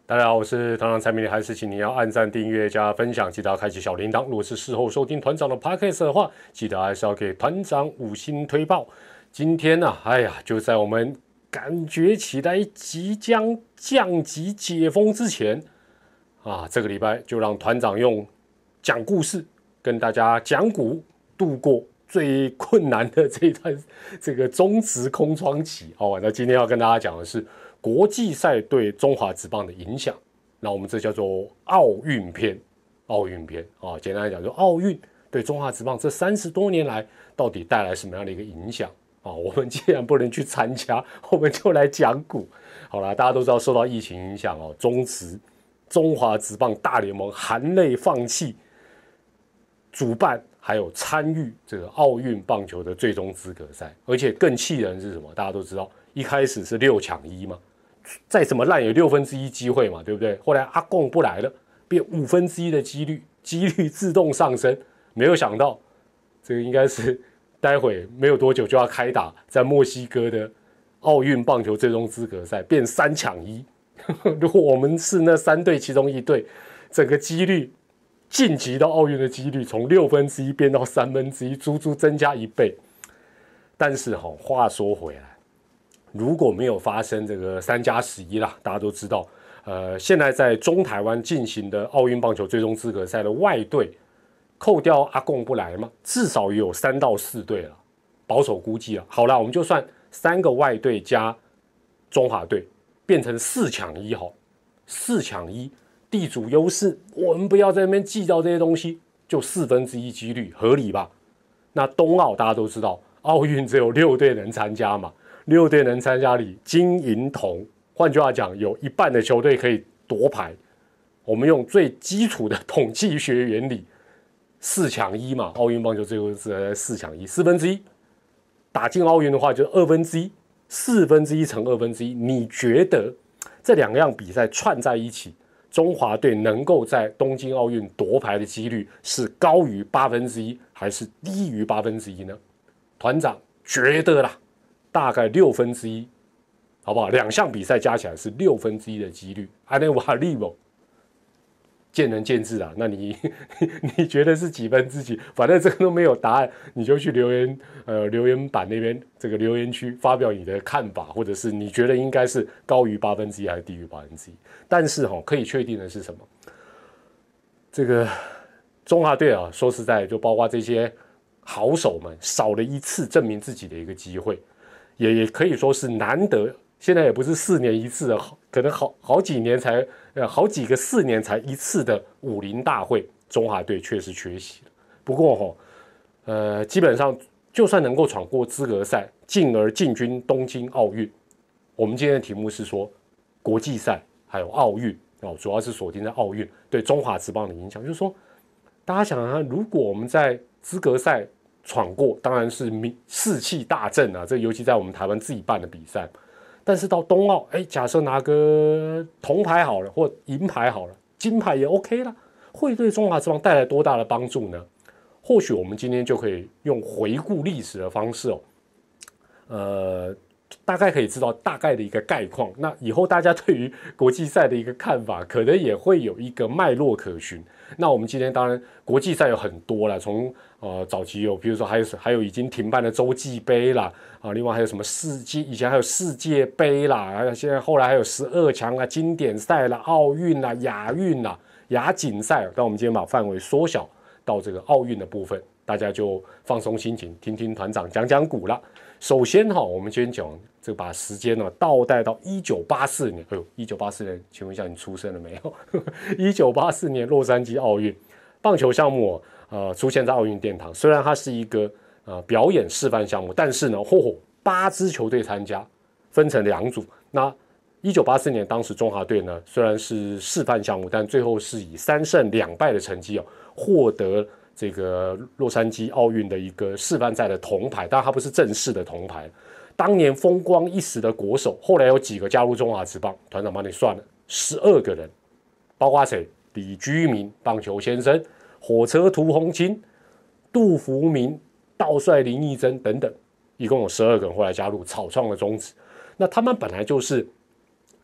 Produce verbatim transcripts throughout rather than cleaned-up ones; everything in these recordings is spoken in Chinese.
大家好，我是团长蔡明理，还是请你要按赞、订阅、加分享，记得要开启小铃铛。如果是事后收听团长的 podcast 的话，记得还是要给团长五星推爆。今天呢、啊，哎呀，就在我们感觉起来即将降级解封之前啊，这个礼拜就让团长用讲故事跟大家讲股度过最困难的这一段这个中职空窗期哦。那今天要跟大家讲的是国际赛对中华职棒的影响，那我们这叫做奥运篇。奥运篇啊，简单来讲，就奥运对中华职棒这三十多年来到底带来什么样的一个影响啊？我们既然不能去参加，我们就来讲股。好啦，大家都知道受到疫情影响哦，中职中华职棒大联盟含泪放弃主办还有参与这个奥运棒球的最终资格赛，而且更气人是什么？大家都知道，一开始是六抢一嘛，再怎么烂有六分之一机会嘛，对不对？后来阿贡不来了，变五分之一的几率，几率自动上升。没有想到，这个应该是待会没有多久就要开打，在墨西哥的奥运棒球最终资格赛变三抢一。如果我们是那三队其中一队，整个几率晋级到奥运的几率从六分之一变到三分之一，足足增加一倍。但是哈、哦，话说回来，如果没有发生这个三加十一啦，大家都知道，呃，现在在中台湾进行的奥运棒球最终资格赛的外队，扣掉阿贡不来嘛，至少也有三到四队了，保守估计了。好啦，我们就算三个外队加中华队，变成四抢一好，四抢一。地主优势，我们不要在那边计较这些东西，就四分之一几率，合理吧？那冬奥大家都知道，奥运只有六队能参加嘛，六队能参加里金银铜，换句话讲，有一半的球队可以夺牌。我们用最基础的统计学原理，四抢一嘛，奥运棒球最后是四抢一，四分之一打进奥运的话，就是二分之一，四分之一乘二分之一，你觉得这两样比赛串在一起？中华队能够在东京奥运夺牌的几率是高于八分之一还是低于八分之一呢？团长觉得啦，大概六分之一，好不好？两项比赛加起来是六分之一的几率，安内瓦利姆见仁见智啊。那你你觉得是几分之几？反正这个都没有答案，你就去留言呃留言板那边这个留言区发表你的看法，或者是你觉得应该是高于八分之一还是低于八分之一？但是哈、哦，可以确定的是什么？这个中华队啊，说实在，就包括这些好手们，少了一次证明自己的一个机会，也也可以说是难得。现在也不是四年一次的，可能好好几年才呃好几个四年才一次的武林大会，中华队确实缺席了。不过哈、哦，呃，基本上就算能够闯过资格赛，进而进军东京奥运，我们今天的题目是说国际赛。还有奥运哦，主要是锁定在奥运对中华职棒的影响，就是说，大家想想，如果我们在资格赛闯过，当然是士气大振啊，这尤其在我们台湾自己办的比赛。但是到冬奥，哎，假设拿个铜牌好了，或银牌好了，金牌也 OK 了，会对中华职棒带来多大的帮助呢？或许我们今天就可以用回顾历史的方式哦，呃。大概可以知道大概的一个概况，那以后大家对于国际赛的一个看法，可能也会有一个脉络可循。那我们今天当然国际赛有很多了，从呃早期有，比如说还有还有已经停办的洲际杯啦，啊，另外还有什么世界，以前还有世界杯啦，还有现在后来还有十二强啦、经典赛啦、奥运啦、亚运啦、亚锦赛。但我们今天把范围缩小到这个奥运的部分，大家就放松心情，听听团长讲讲股啦。首先哈，我们先讲这个，把时间呢倒带到一九八四年。哎呦，一九八四年，请问一下你出生了没有？一九八四年洛杉矶奥运棒球项目，呃，出现在奥运殿堂。虽然它是一个呃表演示范项目，但是呢，嚯嚯，八支球队参加，分成两组。那一九八四年，当时中华队呢虽然是示范项目，但最后是以三胜两败的成绩哦获得这个洛杉矶奥运的一个示范赛的铜牌，但它不是正式的铜牌。当年风光一时的国手，后来有几个加入中华职棒？团长帮你算了，十二个人，包括谁？李居明，棒球先生，火车涂红青，杜福明，道帅林义珍等等，一共有十二个人后来加入，草创了中职。那他们本来就是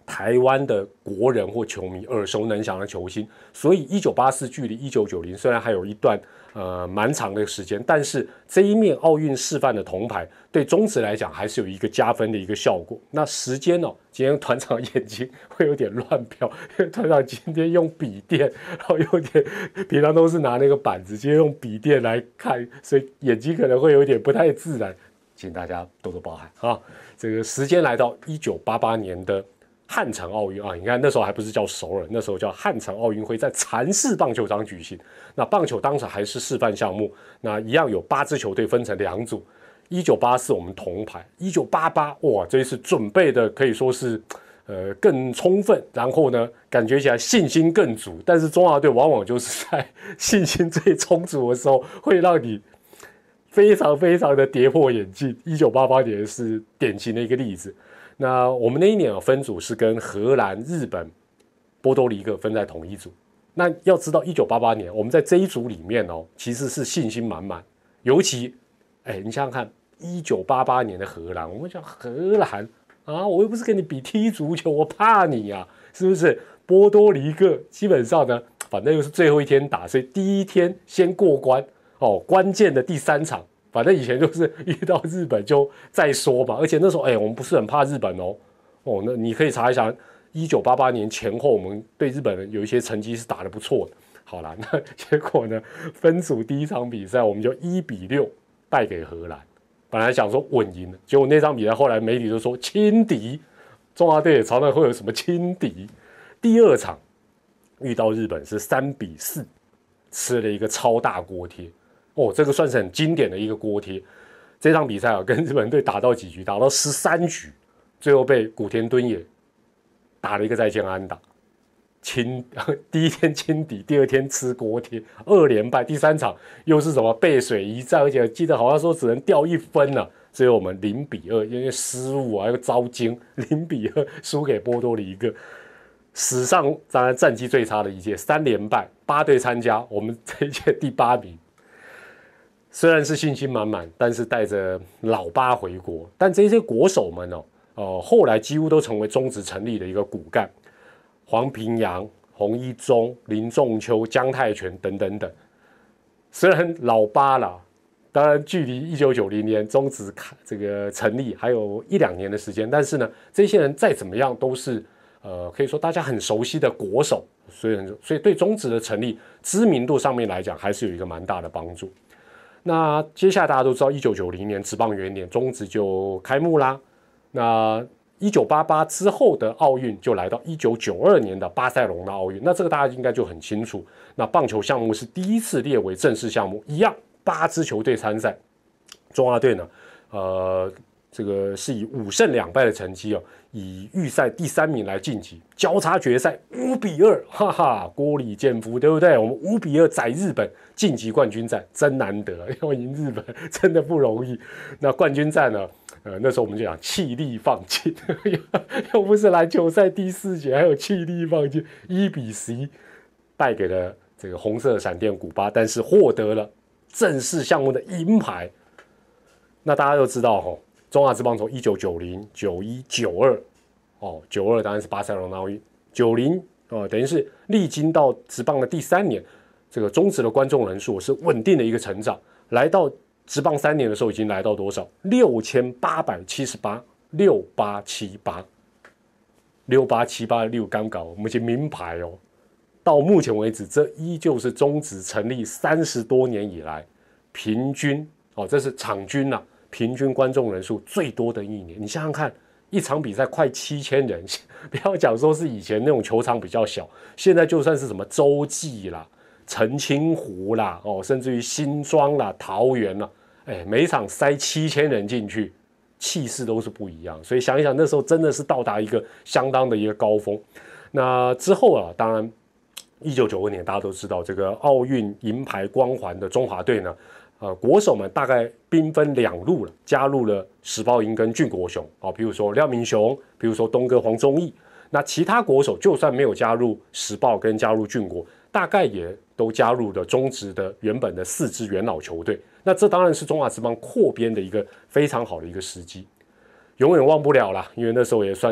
台湾的国人或球迷耳熟能详的球星。所以一九八四距离一九九零虽然还有一段呃蛮长的时间，但是这一面奥运示范的铜牌对中职来讲还是有一个加分的一个效果。那时间哦，今天团长眼睛会有点乱飘，因为团长今天用笔电，然后有点平常都是拿那个板子，今天用笔电来看，所以眼睛可能会有点不太自然，请大家多多包涵啊。这个时间来到一九八八年的汉城奥运啊，你看那时候还不是叫首尔，那时候叫汉城奥运会，在禅寺棒球场举行。那棒球当时还是示范项目，那一样有八支球队分成两组。一九八四我们铜牌，一九八八哇，这一次准备的可以说是呃更充分，然后呢感觉起来信心更足。但是中华队往往就是在信心最充足的时候，会让你非常非常的跌破眼镜。一九八八年是典型的一个例子。那我们那一年啊，分组是跟荷兰、日本、波多黎各分在同一组。那要知道，一九八八年我们在这一组里面哦，其实是信心满满。尤其，哎，你想想看，一九八八年的荷兰，我们讲荷兰啊，我又不是跟你比踢足球，我怕你啊，是不是？波多黎各基本上呢，反正又是最后一天打，所以第一天先过关哦，关键的第三场。反正以前就是遇到日本就再说嘛，而且那时候哎，我们不是很怕日本哦，哦，那你可以查一下，一九八八年前后，我们对日本人有一些成绩是打得不错的。好啦，那结果呢，分组第一场比赛我们就一比六败给荷兰，本来想说稳赢的，结果那场比赛后来媒体就说轻敌，中华队也常常会有什么轻敌。第二场遇到日本是三比四，吃了一个超大锅贴。哦，这个算是很经典的一个锅贴。这场比赛啊，跟日本队打到几局，打到十三局，最后被古田敦也打了一个再见安打，轻第一天轻敌，第二天吃锅贴，二连败。第三场又是什么背水一战，而且记得好像说只能掉一分了、啊，所以我们零比二，因为失误啊，又遭惊，零比二输给波多黎各。史上当然战绩最差的一届，三连败，八队参加，我们这一届第八名。虽然是信心满满，但是带着老八回国。但这些国手们哦，呃，后来几乎都成为中职成立的一个骨干，黄平洋、洪一中、林仲秋、姜泰权等等等。虽然老八啦，当然距离一九九零年中职这个成立还有一两年的时间，但是呢，这些人再怎么样都是呃，可以说大家很熟悉的国手，所以所以对中职的成立知名度上面来讲，还是有一个蛮大的帮助。那接下来大家都知道，一九九零年职棒元年，中职就开幕啦。那一九八八之后的奥运就来到一九九二年的巴塞隆纳奥运。那这个大家应该就很清楚。那棒球项目是第一次列为正式项目，一样八支球队参赛。中华队呢，呃，这个是以五胜两败的成绩哦，以预赛第三名来晋级，交叉决赛五比二，哈哈，锅里见夫，对不对？我们五比二宰日本，晋级冠军战，真难得，要赢日本真的不容易。那冠军战呢？呃，那时候我们就讲气力放尽，又不是篮球赛第四节，还有气力放尽，一比十一败给了这个红色闪电古巴，但是获得了正式项目的银牌。那大家都知道哈、哦，中华职棒从一九九零、九一、九二，哦，九二当然是巴塞罗那奥运，九零哦，等于是历经到职棒的第三年，这个中职的观众人数是稳定的一个成长，来到职棒三年的时候已经来到多少？六千八百七十八，六八七八，六八七八六刚搞，我们已经名牌哦。到目前为止，这依旧是中职成立三十多年以来平均哦，这是场均呐、啊，平均观众人数最多的一年。你想想看，一场比赛快七千人，不要讲说是以前那种球场比较小，现在就算是什么洲际啦、澄清湖啦，哦，甚至于新庄啦、桃园啦，哎，每一场塞七千人进去，气势都是不一样。所以想一想，那时候真的是到达一个相当的一个高峰。那之后啊，当然。一九九二年，大家都知道这个奥运银牌光环的中华队呢，呃，国手们大概兵分两路了，加入了时报鹰跟俊国雄啊，比如说廖明雄，比如说东哥黄宗义。那其他国手就算没有加入时报跟加入俊国，大概也都加入了中职的原本的四支元老球队。那这当然是中华职棒扩编的一个非常好的一个时机，永远忘不了啦，因为那时候也算是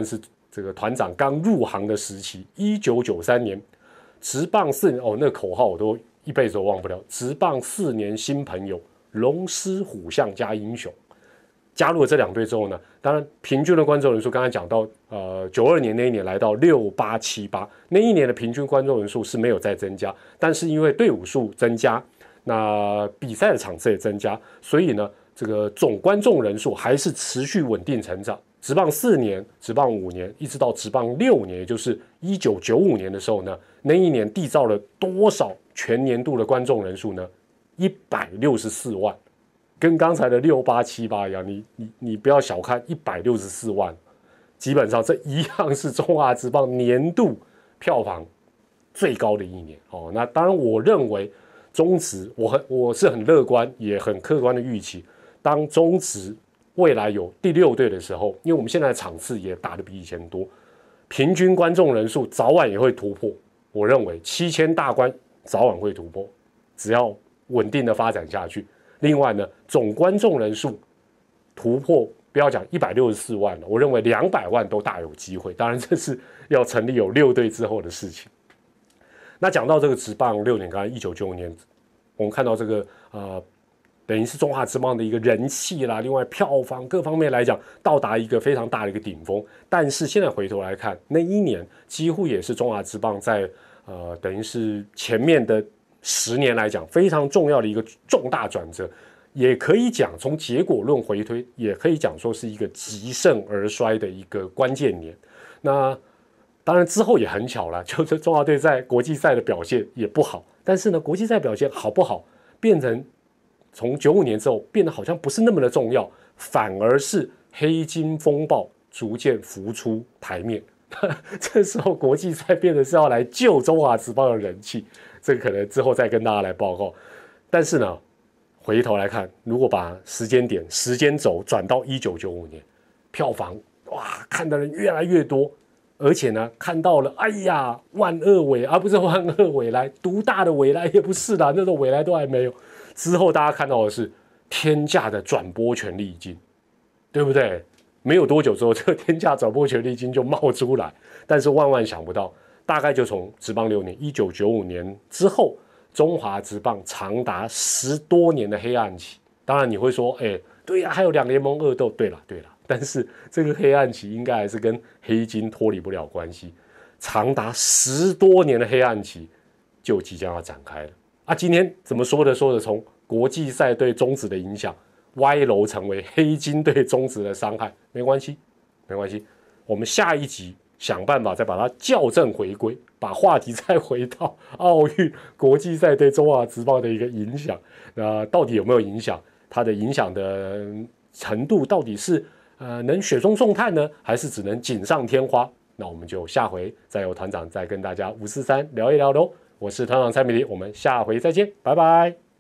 这个团长刚入行的时期，一九九三年，职棒四年哦，那个口号我都一辈子都忘不了。职棒四年新朋友，龙狮虎象加英雄。加入了这两队之后呢，当然平均的观众人数，刚才讲到，呃，九二年那一年来到六八七八，那一年的平均观众人数是没有再增加，但是因为队伍数增加，那比赛的场次也增加，所以呢，这个总观众人数还是持续稳定成长。职棒四年、职棒五年，一直到职棒六年，也就是一九九五年的时候呢，那一年缔造了多少全年度的观众人数呢？一百六十四万。跟刚才的六八七八一样，你你你不要小看一百六十四万，基本上这一样是中华职棒年度票房最高的一年哦。那当然，我认为中职，我很我是很乐观，也很客观的预期，当中职未来有第六队的时候，因为我们现在的场次也打得比以前多，平均观众人数早晚也会突破。我认为七千大关早晚会突破，只要稳定的发展下去。另外呢，总观众人数突破，不要讲一百六十四万了，我认为两百万都大有机会。当然，这是要成立有六队之后的事情。那讲到这个职棒六年，刚才一九九五年，我们看到这个呃，等于是中华职棒的一个人气啦，另外票房各方面来讲，到达一个非常大的一个顶峰。但是现在回头来看，那一年几乎也是中华职棒在呃，等于是前面的十年来讲非常重要的一个重大转折，也可以讲从结果论回推，也可以讲说是一个极盛而衰的一个关键年。那当然之后也很巧了，就是中华队在国际赛的表现也不好，但是呢，国际赛表现好不好，变成从九五年之后变得好像不是那么的重要，反而是黑金风暴逐渐浮出台面。这时候国际赛变得是要来救中华职棒的人气，这个可能之后再跟大家来报告。但是呢，回头来看，如果把时间点、时间轴转到一九九五年，票房哇，看的人越来越多，而且呢，看到了，哎呀，万恶委而、啊、不是万恶委来，独大的委来也不是啦，那种委来都还没有。之后大家看到的是天价的转播权利金，对不对？没有多久之后，这个天价转播权利金就冒出来，但是万万想不到，大概就从职棒六年，一九九五年之后，中华职棒长达十多年的黑暗期。当然你会说，哎，对呀、啊，还有两联盟恶斗，对了对了，但是这个黑暗期应该还是跟黑金脱离不了关系。长达十多年的黑暗期就即将要展开了啊！今天怎么说的说的，从国际赛对中职的影响歪楼成为黑金对中职的伤害，没关系，没关系。我们下一集想办法再把它校正回归，把话题再回到奥运国际赛对中华职棒的一个影响。那到底有没有影响？它的影响的程度到底是呃能雪中送炭呢，还是只能锦上添花？那我们就下回再由团长再跟大家五四三聊一聊喽。我是团长蔡美丽，我们下回再见，拜拜。